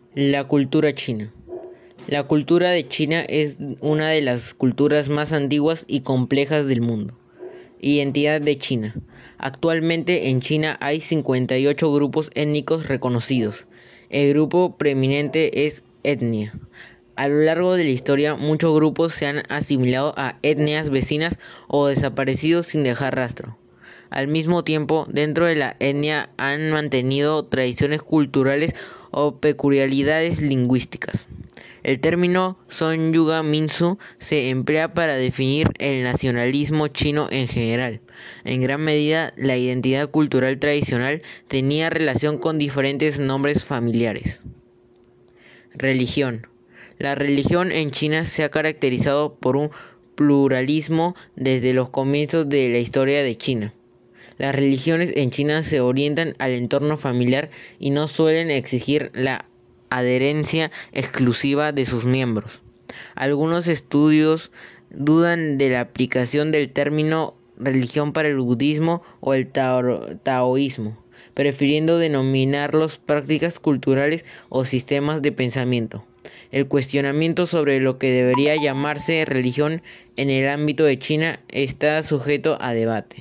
La cultura china. La cultura de China es una de las culturas más antiguas y complejas del mundo. Identidad de China. Actualmente en China hay 58 grupos étnicos reconocidos. El grupo preeminente es etnia. A lo largo de la historia, muchos grupos se han asimilado a etnias vecinas o desaparecido sin dejar rastro. Al mismo tiempo, dentro de la etnia han mantenido tradiciones culturales o peculiaridades lingüísticas. El término Songyuga Minsu se emplea para definir el nacionalismo chino en general. En gran medida, la identidad cultural tradicional tenía relación con diferentes nombres familiares. Religión. La religión en China se ha caracterizado por un pluralismo desde los comienzos de la historia de China. Las religiones en China se orientan al entorno familiar y no suelen exigir la adherencia exclusiva de sus miembros. Algunos estudios dudan de la aplicación del término religión para el budismo o el taoísmo, prefiriendo denominarlos prácticas culturales o sistemas de pensamiento. El cuestionamiento sobre lo que debería llamarse religión en el ámbito de China está sujeto a debate.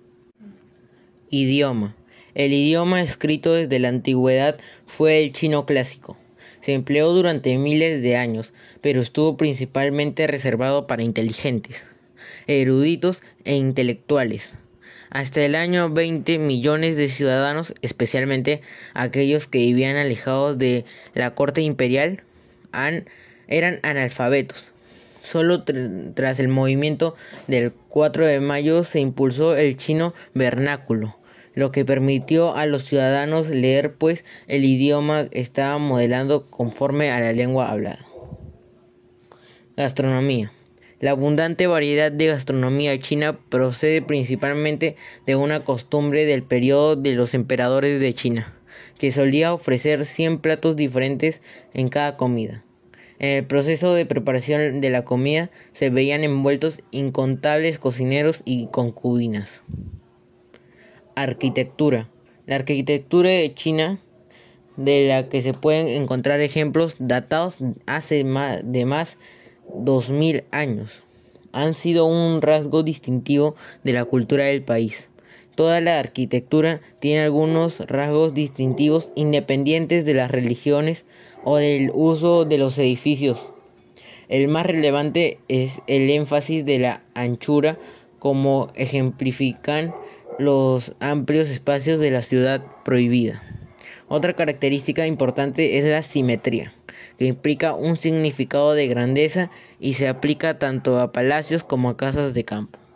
Idioma. El idioma escrito desde la antigüedad fue el chino clásico. Se empleó durante miles de años, pero estuvo principalmente reservado para inteligentes, eruditos e intelectuales. Hasta el año 20 millones de ciudadanos, especialmente aquellos que vivían alejados de la corte imperial, eran analfabetos. Solo tras el movimiento del 4 de mayo se impulsó el chino vernáculo, lo que permitió a los ciudadanos leer, pues el idioma estaba modelado conforme a la lengua hablada. Gastronomía. La abundante variedad de gastronomía china procede principalmente de una costumbre del periodo de los emperadores de China, que solía ofrecer 100 platos diferentes en cada comida. En el proceso de preparación de la comida se veían envueltos incontables cocineros y concubinas. Arquitectura. La arquitectura de China, de la que se pueden encontrar ejemplos datados hace más de 2000 años, han sido un rasgo distintivo de la cultura del país. Toda la arquitectura tiene algunos rasgos distintivos independientes de las religiones o del uso de los edificios. El más relevante es el énfasis de la anchura, como ejemplifican los amplios espacios de la ciudad prohibida. Otra característica importante es la simetría, que implica un significado de grandeza y se aplica tanto a palacios como a casas de campo.